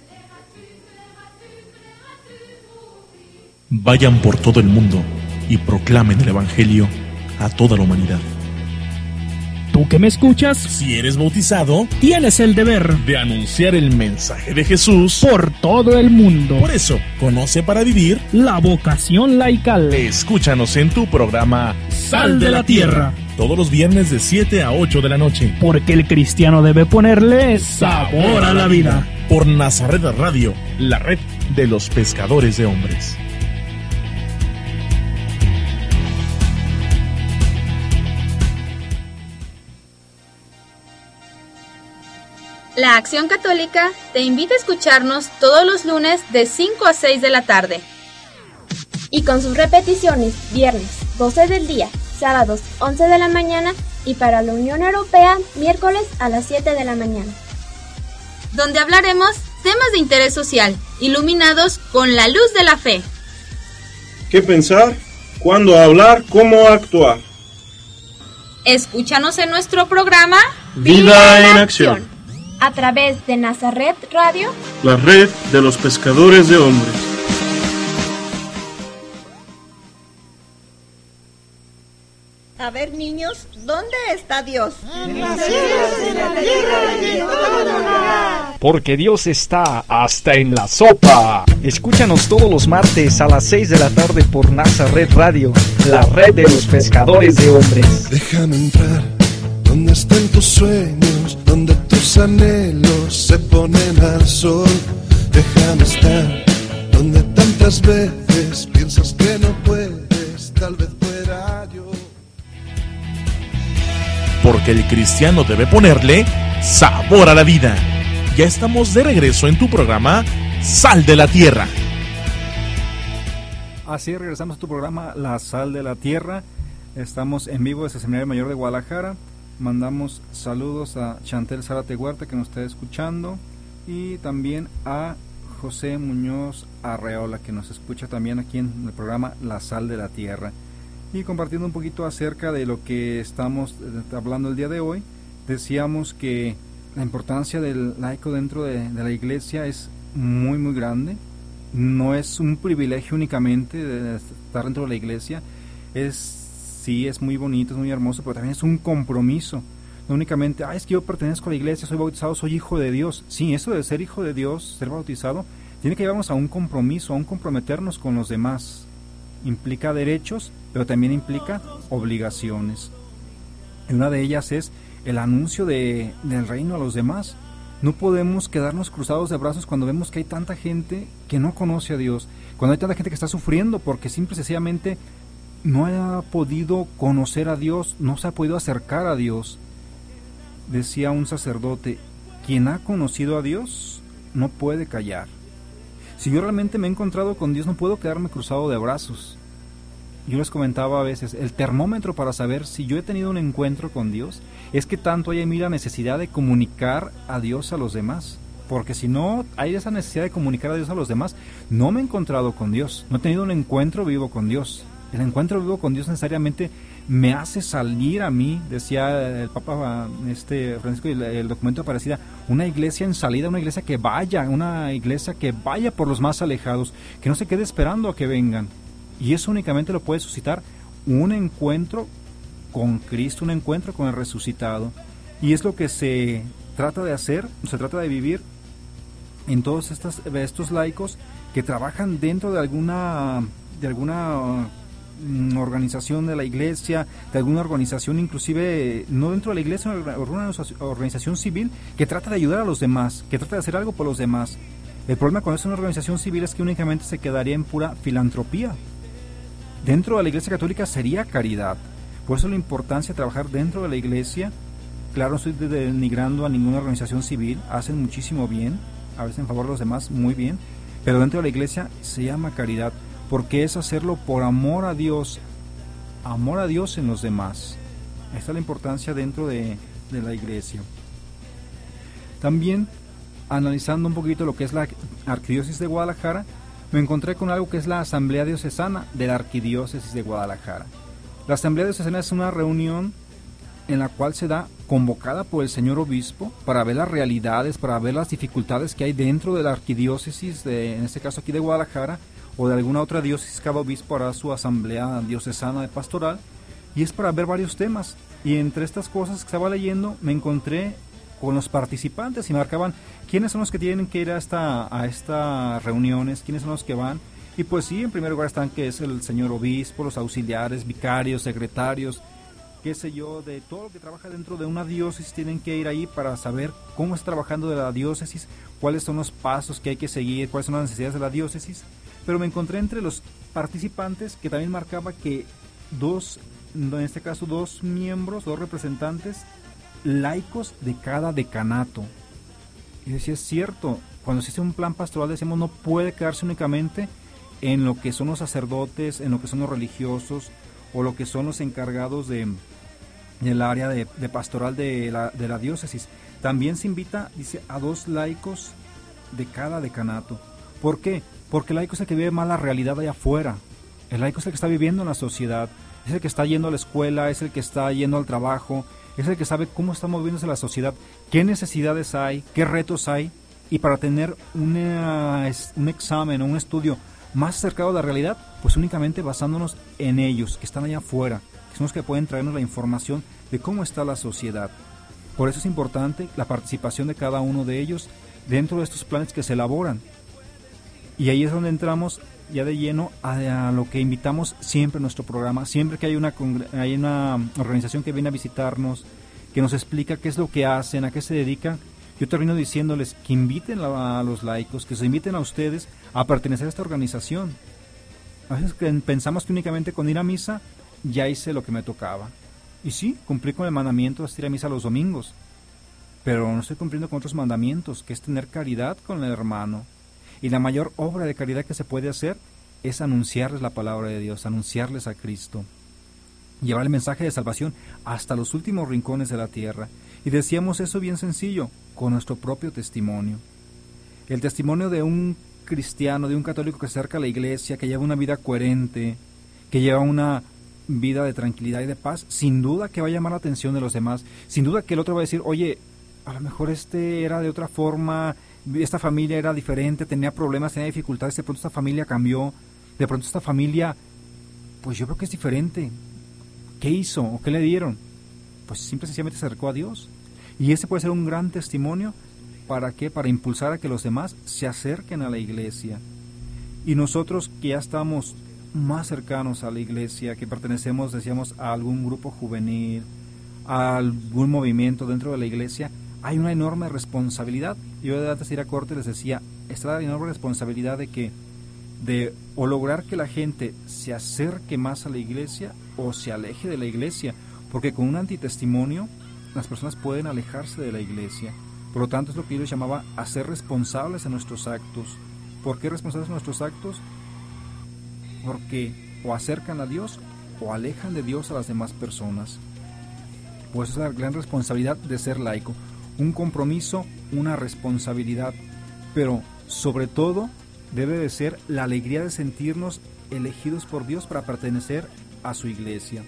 Vayan por todo el mundo y proclamen el Evangelio a toda la humanidad. Tú que me escuchas, si eres bautizado, tienes el deber de anunciar el mensaje de Jesús por todo el mundo. Por eso, conoce para vivir la vocación laical. Escúchanos en tu programa Sal de la Tierra, todos los viernes de siete a ocho de la noche. Porque el cristiano debe ponerle sabor a la vida. Por Nazaret Radio, la red de los pescadores de hombres. La Acción Católica te invita a escucharnos todos los lunes de cinco a seis de la tarde. Y con sus repeticiones, viernes doce del día, sábados once de la mañana y para la Unión Europea, miércoles a las siete de la mañana. Donde hablaremos temas de interés social, iluminados con la luz de la fe. ¿Qué pensar? ¿Cuándo hablar? ¿Cómo actuar? Escúchanos en nuestro programa Vida en Acción. A través de Nazaret Radio, la red de los pescadores de hombres. A ver, niños, ¿dónde está Dios? En las cielos, en la tierra y en todo lugar. Porque Dios está hasta en la sopa. Escúchanos todos los martes a las seis de la tarde por Nazaret Radio, la red de los pescadores de hombres. Déjame entrar donde estén tus sueños, donde tus anhelos se ponen al sol. Déjame estar donde tantas veces piensas que no puedes, tal vez fuera yo. Porque el cristiano debe ponerle sabor a la vida. Ya estamos de regreso en tu programa Sal de la Tierra. Así regresamos a tu programa La Sal de la Tierra. Estamos en vivo desde el Seminario Mayor de Guadalajara. Mandamos saludos a Chantel Zárate Huerta, que nos está escuchando, y también a José Muñoz Arreola, que nos escucha también aquí en el programa La Sal de la Tierra. Y compartiendo un poquito acerca de lo que estamos hablando el día de hoy, decíamos que la importancia del laico dentro de, de la iglesia es muy muy grande. No es un privilegio únicamente de estar dentro de la iglesia, es sí, es muy bonito, es muy hermoso, pero también es un compromiso. No únicamente, ah, es que yo pertenezco a la iglesia, soy bautizado, soy hijo de Dios. Sí, eso de ser hijo de Dios, ser bautizado, tiene que llevarnos a un compromiso, a un comprometernos con los demás. Implica derechos, pero también implica obligaciones. Y una de ellas es el anuncio de, del reino a los demás. No podemos quedarnos cruzados de brazos cuando vemos que hay tanta gente que no conoce a Dios, cuando hay tanta gente que está sufriendo porque simple y sencillamente no ha podido conocer a Dios, no se ha podido acercar a Dios. Decía un sacerdote, quien ha conocido a Dios no puede callar. Si yo realmente me he encontrado con Dios, no puedo quedarme cruzado de brazos. Yo les comentaba a veces, el termómetro para saber si yo he tenido un encuentro con Dios es que tanto hay en mí la necesidad de comunicar a Dios a los demás. Porque si no hay esa necesidad de comunicar a Dios a los demás, no me he encontrado con Dios, no he tenido un encuentro vivo con Dios. El encuentro vivo con Dios necesariamente me hace salir a mí, decía el Papa este Francisco, el, el documento de Aparecida, una iglesia en salida, una iglesia que vaya, una iglesia que vaya por los más alejados, que no se quede esperando a que vengan. Y eso únicamente lo puede suscitar un encuentro con Cristo, un encuentro con el resucitado. Y es lo que se trata de hacer, se trata de vivir en todos estas, estos laicos que trabajan dentro de alguna, de alguna organización de la iglesia, de alguna organización inclusive, no dentro de la iglesia, una organización civil que trata de ayudar a los demás, que trata de hacer algo por los demás. El problema cuando es una organización civil es que únicamente se quedaría en pura filantropía. Dentro de la Iglesia Católica sería caridad. Por eso la importancia de trabajar dentro de la iglesia. Claro, no estoy denigrando a ninguna organización civil, hacen muchísimo bien, a veces en favor de los demás, muy bien, pero dentro de la iglesia se llama caridad, porque es hacerlo por amor a Dios, amor a Dios en los demás. Esta es la importancia dentro de, de la iglesia. También, analizando un poquito lo que es la Arquidiócesis de Guadalajara, me encontré con algo que es la Asamblea Diocesana de la Arquidiócesis de Guadalajara. La Asamblea Diocesana es una reunión en la cual se da convocada por el señor obispo para ver las realidades, para ver las dificultades que hay dentro de la arquidiócesis, de, en este caso aquí de Guadalajara, o de alguna otra diócesis. Cada obispo hará su asamblea diocesana de pastoral, y es para ver varios temas. Y entre estas cosas que estaba leyendo, me encontré con los participantes y marcaban quiénes son los que tienen que ir a, esta, a estas reuniones, quiénes son los que van. Y pues sí, en primer lugar están que es el señor obispo, los auxiliares, vicarios, secretarios, qué sé yo, de todo lo que trabaja dentro de una diócesis. Tienen que ir ahí para saber cómo está trabajando de la diócesis, cuáles son los pasos que hay que seguir, cuáles son las necesidades de la diócesis. Pero me encontré entre los participantes que también marcaba que dos, en este caso dos miembros, dos representantes laicos de cada decanato. Y decía, es cierto, cuando se hace un plan pastoral decimos no puede quedarse únicamente en lo que son los sacerdotes, en lo que son los religiosos, o lo que son los encargados de del área de, de pastoral de la, de la diócesis. También se invita, dice, a dos laicos de cada decanato. ¿Por qué? Porque el laico es el que vive más la realidad allá afuera. El laico es el que está viviendo en la sociedad, es el que está yendo a la escuela, es el que está yendo al trabajo, es el que sabe cómo está moviéndose la sociedad, qué necesidades hay, qué retos hay, y para tener una, un examen o un estudio más acercado a la realidad, pues únicamente basándonos en ellos, que están allá afuera, que son los que pueden traernos la información de cómo está la sociedad. Por eso es importante la participación de cada uno de ellos dentro de estos planes que se elaboran. Y ahí es donde entramos ya de lleno a, a lo que invitamos siempre en nuestro programa. Siempre que hay una, hay una organización que viene a visitarnos, que nos explica qué es lo que hacen, a qué se dedican, yo termino diciéndoles que inviten a, a los laicos, que se inviten a ustedes a pertenecer a esta organización. A veces pensamos que únicamente con ir a misa ya hice lo que me tocaba. Y sí, cumplí con el mandamiento de asistir a misa los domingos, pero no estoy cumpliendo con otros mandamientos, que es tener caridad con el hermano. Y la mayor obra de caridad que se puede hacer es anunciarles la palabra de Dios, anunciarles a Cristo, llevar el mensaje de salvación hasta los últimos rincones de la tierra. Y decíamos eso bien sencillo, con nuestro propio testimonio. El testimonio de un cristiano, de un católico que se acerca a la iglesia, que lleva una vida coherente, que lleva una vida de tranquilidad y de paz, sin duda que va a llamar la atención de los demás, sin duda que el otro va a decir, oye, a lo mejor este era de otra forma, esta familia era diferente, tenía problemas, tenía dificultades, de pronto esta familia cambió, de pronto esta familia, pues yo creo que es diferente. ¿Qué hizo o qué le dieron? Pues simple y sencillamente se acercó a Dios. Y ese puede ser un gran testimonio. ¿Para qué? Para impulsar a que los demás se acerquen a la iglesia. Y nosotros que ya estamos más cercanos a la iglesia, que pertenecemos, decíamos, a algún grupo juvenil, a algún movimiento dentro de la iglesia, hay una enorme responsabilidad. Yo antes de ir a corte les decía, está la enorme responsabilidad de que de o lograr que la gente se acerque más a la iglesia o se aleje de la iglesia, porque con un antitestimonio las personas pueden alejarse de la iglesia. Por lo tanto, es lo que yo les llamaba a ser responsables de nuestros actos. ¿Por qué responsables de nuestros actos? Porque o acercan a Dios o alejan de Dios a las demás personas. Pues esa es la gran responsabilidad de ser laico. Un compromiso, una responsabilidad, pero sobre todo debe de ser la alegría de sentirnos elegidos por Dios para pertenecer a su iglesia.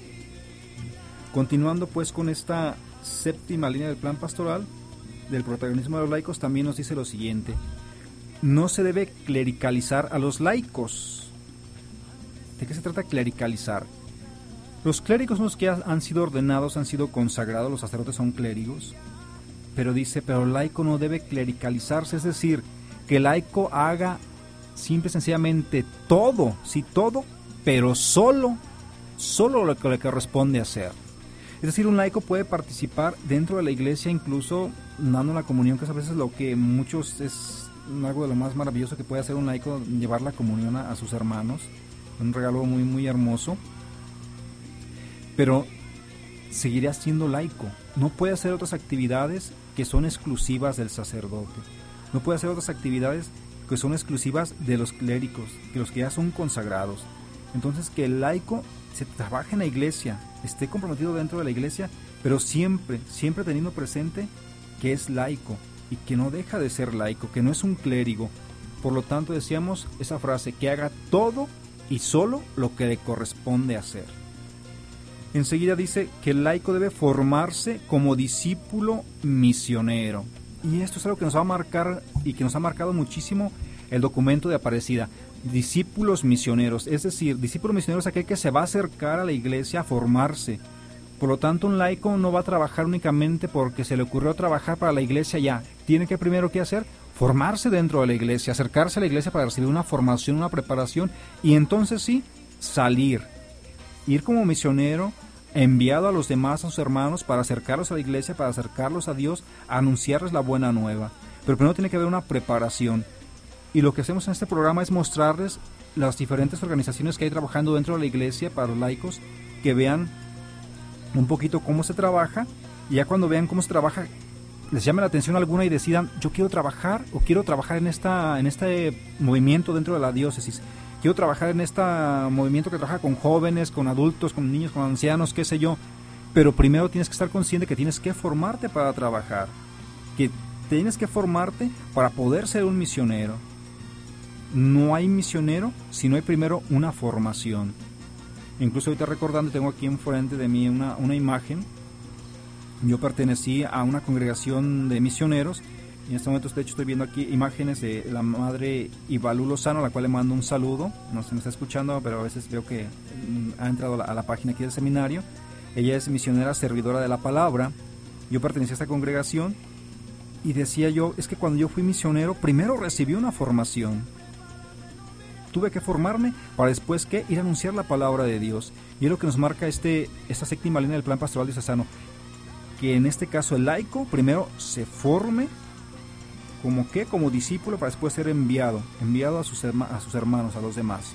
Continuando pues con esta séptima línea del plan pastoral del protagonismo de los laicos, también nos dice lo siguiente: no se debe clericalizar a los laicos. ¿De qué se trata clericalizar? Los clérigos son los que han sido ordenados, han sido consagrados, los sacerdotes son clérigos, pero dice, pero el laico no debe clericalizarse, es decir, que el laico haga simple y sencillamente todo, sí todo, pero solo, solo lo que le corresponde hacer. Es decir, un laico puede participar dentro de la iglesia, incluso dando la comunión, que es a veces lo que muchos es algo de lo más maravilloso que puede hacer un laico, llevar la comunión a, a sus hermanos, un regalo muy muy hermoso, pero seguirá siendo laico, no puede hacer otras actividades que son exclusivas del sacerdote, no puede hacer otras actividades que son exclusivas de los clérigos, que los que ya son consagrados. Entonces, que el laico se trabaje en la iglesia, esté comprometido dentro de la iglesia, pero siempre, siempre teniendo presente que es laico y que no deja de ser laico, que no es un clérigo. Por lo tanto, decíamos esa frase, que haga todo y solo lo que le corresponde hacer. Enseguida dice que el laico debe formarse como discípulo misionero. Y esto es algo que nos va a marcar y que nos ha marcado muchísimo el documento de Aparecida. Discípulos misioneros, es decir, discípulo misionero es aquel que se va a acercar a la iglesia a formarse. Por lo tanto, un laico no va a trabajar únicamente porque se le ocurrió trabajar para la iglesia ya. Tiene que primero ¿qué hacer? Formarse dentro de la iglesia, acercarse a la iglesia para recibir una formación, una preparación, y entonces sí, salir. Ir como misionero, enviado a los demás, a sus hermanos, para acercarlos a la iglesia, para acercarlos a Dios, a anunciarles la buena nueva. Pero primero tiene que haber una preparación. Y lo que hacemos en este programa es mostrarles las diferentes organizaciones que hay trabajando dentro de la iglesia para los laicos, que vean un poquito cómo se trabaja, y ya cuando vean cómo se trabaja, les llame la atención alguna y decidan, yo quiero trabajar, o quiero trabajar en esta en este movimiento dentro de la diócesis, quiero trabajar en este movimiento que trabaja con jóvenes, con adultos, con niños, con ancianos, qué sé yo, pero primero tienes que estar consciente que tienes que formarte para trabajar, que tienes que formarte para poder ser un misionero. No hay misionero si no hay primero una formación. Incluso ahorita recordando, tengo aquí enfrente de mí una, una imagen. Yo pertenecí a una congregación de misioneros y en este momento de hecho estoy viendo aquí imágenes de la madre Ibalú Lozano, a la cual le mando un saludo. No sé si me está escuchando, pero a veces veo que ha entrado a la, a la página aquí del seminario. Ella es misionera servidora de la palabra. Yo pertenecí a esta congregación y decía yo, es que cuando yo fui misionero primero recibí una formación. Tuve que formarme para después que ir a anunciar la palabra de Dios. Y es lo que nos marca este esta séptima línea del plan pastoral diocesano, que en este caso el laico primero se forme como que como discípulo para después ser enviado, enviado a sus, a sus hermanos, a los demás.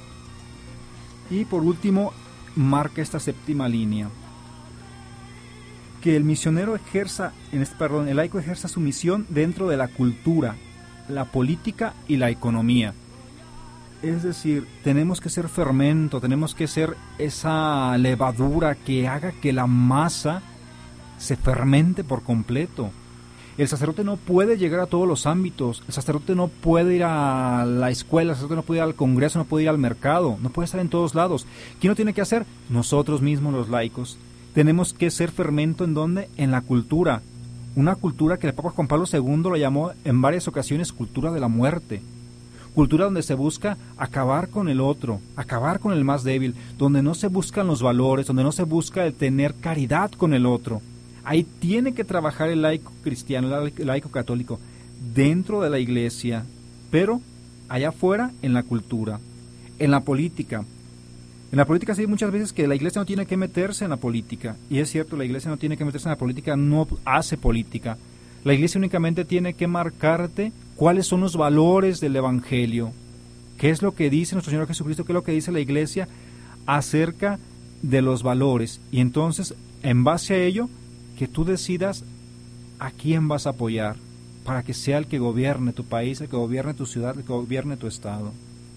Y por último marca esta séptima línea, que el misionero ejerza, en este, perdón, el laico ejerza su misión dentro de la cultura, la política y la economía. Es decir, tenemos que ser fermento, tenemos que ser esa levadura que haga que la masa se fermente por completo. El sacerdote no puede llegar a todos los ámbitos, el sacerdote no puede ir a la escuela, el sacerdote no puede ir al congreso, no puede ir al mercado, no puede estar en todos lados. ¿Quién lo tiene que hacer? Nosotros mismos los laicos. Tenemos que ser fermento ¿en dónde? En la cultura. Una cultura que el Papa Juan Pablo segundo lo llamó en varias ocasiones cultura de la muerte. Cultura donde se busca acabar con el otro, acabar con el más débil, donde no se buscan los valores, donde no se busca el tener caridad con el otro. Ahí tiene que trabajar el laico cristiano, el laico católico, dentro de la iglesia, pero allá afuera en la cultura, en la política. En la política se dice muchas veces que la iglesia no tiene que meterse en la política, y es cierto, la iglesia no tiene que meterse en la política, no hace política. La iglesia únicamente tiene que marcarte cuáles son los valores del evangelio, qué es lo que dice nuestro Señor Jesucristo, qué es lo que dice la iglesia acerca de los valores, y entonces, en base a ello, que tú decidas a quién vas a apoyar, para que sea el que gobierne tu país, el que gobierne tu ciudad, el que gobierne tu estado.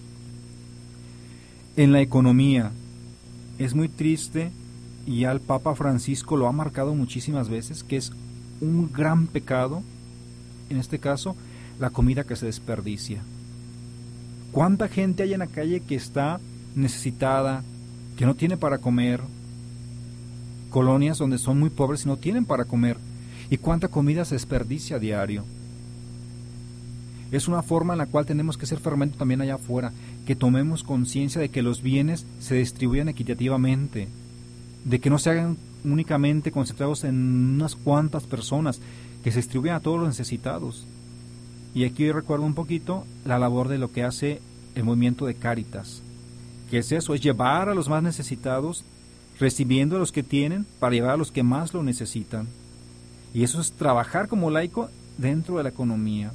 En la economía, es muy triste, y ya el Papa Francisco lo ha marcado muchísimas veces, que es un gran pecado, en este caso, la comida que se desperdicia. ¿Cuánta gente hay en la calle que está necesitada, que no tiene para comer? Colonias donde son muy pobres y no tienen para comer. ¿Y cuánta comida se desperdicia a diario? Es una forma en la cual tenemos que ser fermento también allá afuera, que tomemos conciencia de que los bienes se distribuyan equitativamente, de que no se hagan únicamente concentrados en unas cuantas personas, que se distribuyan a todos los necesitados. Y aquí recuerdo un poquito la labor de lo que hace el movimiento de Cáritas, que es eso, es llevar a los más necesitados, recibiendo a los que tienen para llevar a los que más lo necesitan. Y eso es trabajar como laico dentro de la economía.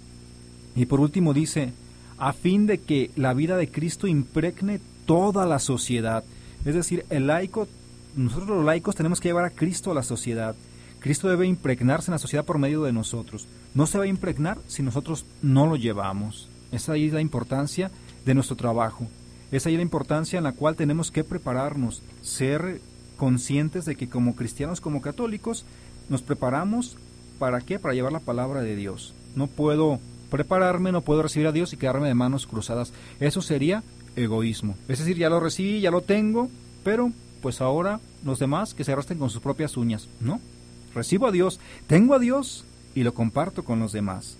Y por último dice, a fin de que la vida de Cristo impregne toda la sociedad. Es decir, el laico, nosotros los laicos tenemos que llevar a Cristo a la sociedad. Cristo debe impregnarse en la sociedad por medio de nosotros. No se va a impregnar si nosotros no lo llevamos. Esa ahí es la importancia de nuestro trabajo. Esa ahí es la importancia en la cual tenemos que prepararnos, ser conscientes de que como cristianos, como católicos, nos preparamos ¿para qué? Para llevar la palabra de Dios. No puedo prepararme, no puedo recibir a Dios y quedarme de manos cruzadas. Eso sería egoísmo. Es decir, ya lo recibí, ya lo tengo, pero pues ahora los demás que se arrastren con sus propias uñas. No, recibo a Dios, tengo a Dios y lo comparto con los demás.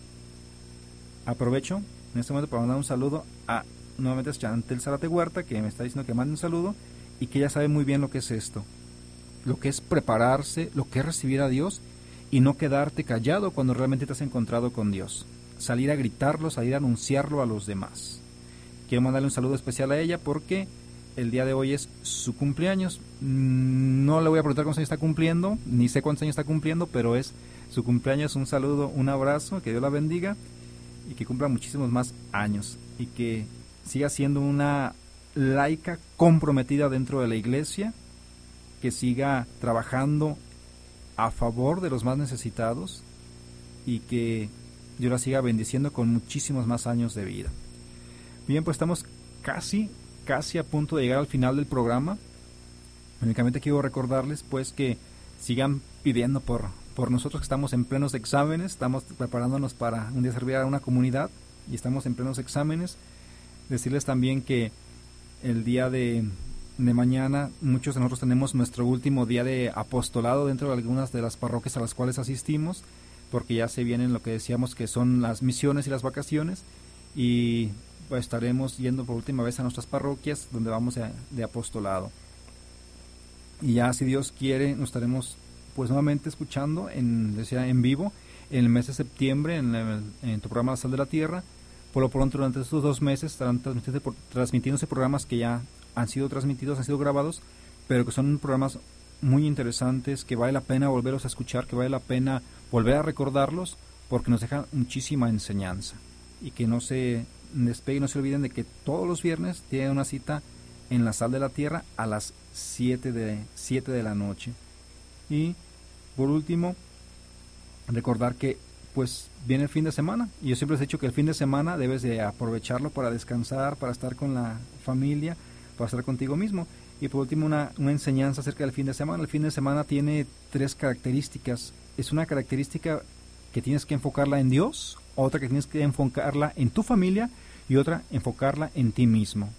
Aprovecho en este momento para mandar un saludo a nuevamente es Chantel Zárate Huerta, que me está diciendo que mande un saludo y que ella sabe muy bien lo que es esto, lo que es prepararse, lo que es recibir a Dios y no quedarte callado cuando realmente te has encontrado con Dios, salir a gritarlo, salir a anunciarlo a los demás. Quiero mandarle un saludo especial a ella porque el día de hoy es su cumpleaños. No le voy a preguntar cuántos años está cumpliendo, ni sé cuántos años está cumpliendo, pero es su cumpleaños. Un saludo, un abrazo, que Dios la bendiga y que cumpla muchísimos más años y que siga siendo una laica comprometida dentro de la iglesia, que siga trabajando a favor de los más necesitados y que Dios la siga bendiciendo con muchísimos más años de vida. Bien, pues estamos casi, casi a punto de llegar al final del programa. Únicamente quiero recordarles pues que sigan pidiendo por, por nosotros que estamos en plenos exámenes, estamos preparándonos para un día servir a una comunidad y estamos en plenos exámenes. Decirles también que el día de, de mañana muchos de nosotros tenemos nuestro último día de apostolado dentro de algunas de las parroquias a las cuales asistimos, porque ya se vienen lo que decíamos que son las misiones y las vacaciones, y pues estaremos yendo por última vez a nuestras parroquias donde vamos a, de apostolado. Y ya si Dios quiere nos estaremos pues nuevamente escuchando en, decía, en vivo en el mes de septiembre en, el, en tu programa La Sal de la Tierra. Por lo pronto durante estos dos meses estarán transmitiéndose, transmitiéndose programas que ya han sido transmitidos, han sido grabados, pero que son programas muy interesantes, que vale la pena volverlos a escuchar, que vale la pena volver a recordarlos, porque nos dejan muchísima enseñanza. Y que no se despeguen, no se olviden de que todos los viernes tienen una cita en La Sal de la Tierra a las siete de la noche. Y por último, recordar que pues viene el fin de semana. Y yo siempre les he dicho que el fin de semana debes de aprovecharlo para descansar, para estar con la familia, para estar contigo mismo. Y por último, una, una enseñanza acerca del fin de semana. El fin de semana tiene tres características. Es una característica que tienes que enfocarla en Dios, otra que tienes que enfocarla en tu familia y otra enfocarla en ti mismo.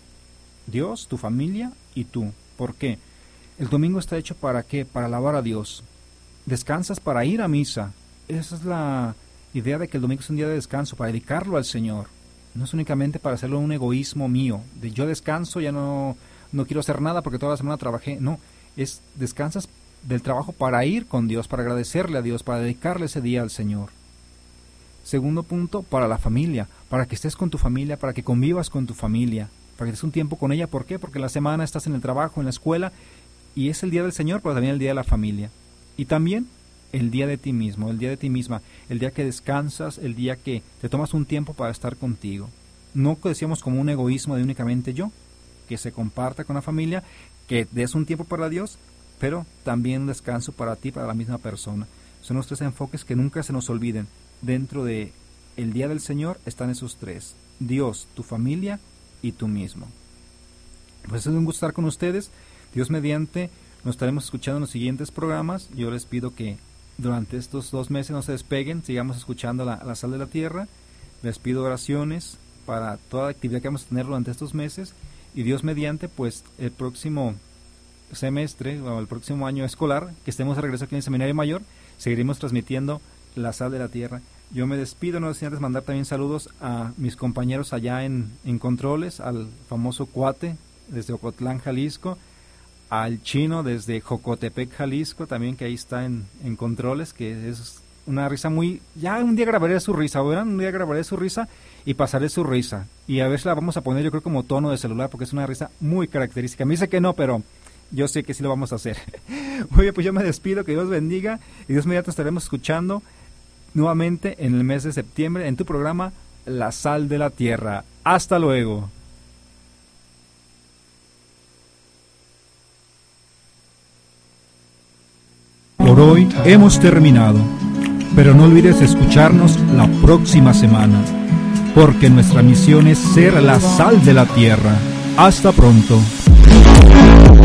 Dios, tu familia y tú. ¿Por qué? El domingo está hecho para qué? Para alabar a Dios. Descansas para ir a misa. Esa es la idea de que el domingo es un día de descanso, para dedicarlo al Señor. No es únicamente para hacerlo un egoísmo mío, de yo descanso, ya no, no quiero hacer nada porque toda la semana trabajé. No, es descansas del trabajo para ir con Dios, para agradecerle a Dios, para dedicarle ese día al Señor. Segundo punto, para la familia, para que estés con tu familia, para que convivas con tu familia, para que estés un tiempo con ella. ¿Por qué? Porque en la semana estás en el trabajo, en la escuela, y es el día del Señor, pero también el día de la familia. Y también el día de ti mismo, el día de ti misma, el día que descansas, el día que te tomas un tiempo para estar contigo. No que decíamos como un egoísmo de únicamente yo, que se comparta con la familia, que des un tiempo para Dios, pero también un descanso para ti, para la misma persona. Son los tres enfoques que nunca se nos olviden. Dentro de el día del Señor están esos tres: Dios, tu familia y tú mismo. Pues es un gusto estar con ustedes. Dios mediante, nos estaremos escuchando en los siguientes programas. Yo les pido que durante estos dos meses no se despeguen, sigamos escuchando la, la Sal de la Tierra. Les pido oraciones para toda la actividad que vamos a tener durante estos meses. Y Dios mediante, pues el próximo semestre o el próximo año escolar, que estemos de regreso aquí en el Seminario Mayor, seguiremos transmitiendo la Sal de la Tierra. Yo me despido, no sin antes mandar también saludos a mis compañeros allá en, en Controles, al famoso Cuate desde Ocotlán, Jalisco, al Chino desde Jocotepec, Jalisco, también que ahí está en, en Controles, que es una risa muy... Ya un día grabaré su risa, ¿verdad? Un día grabaré su risa y pasaré su risa. Y a ver si la vamos a poner, yo creo, como tono de celular, porque es una risa muy característica. Me dice que no, pero yo sé que sí lo vamos a hacer. Muy bien, pues yo me despido, que Dios bendiga, y Dios mediante estaremos escuchando nuevamente en el mes de septiembre en tu programa La Sal de la Tierra. Hasta luego. Por hoy hemos terminado, pero no olvides escucharnos la próxima semana, porque nuestra misión es ser la sal de la tierra. Hasta pronto.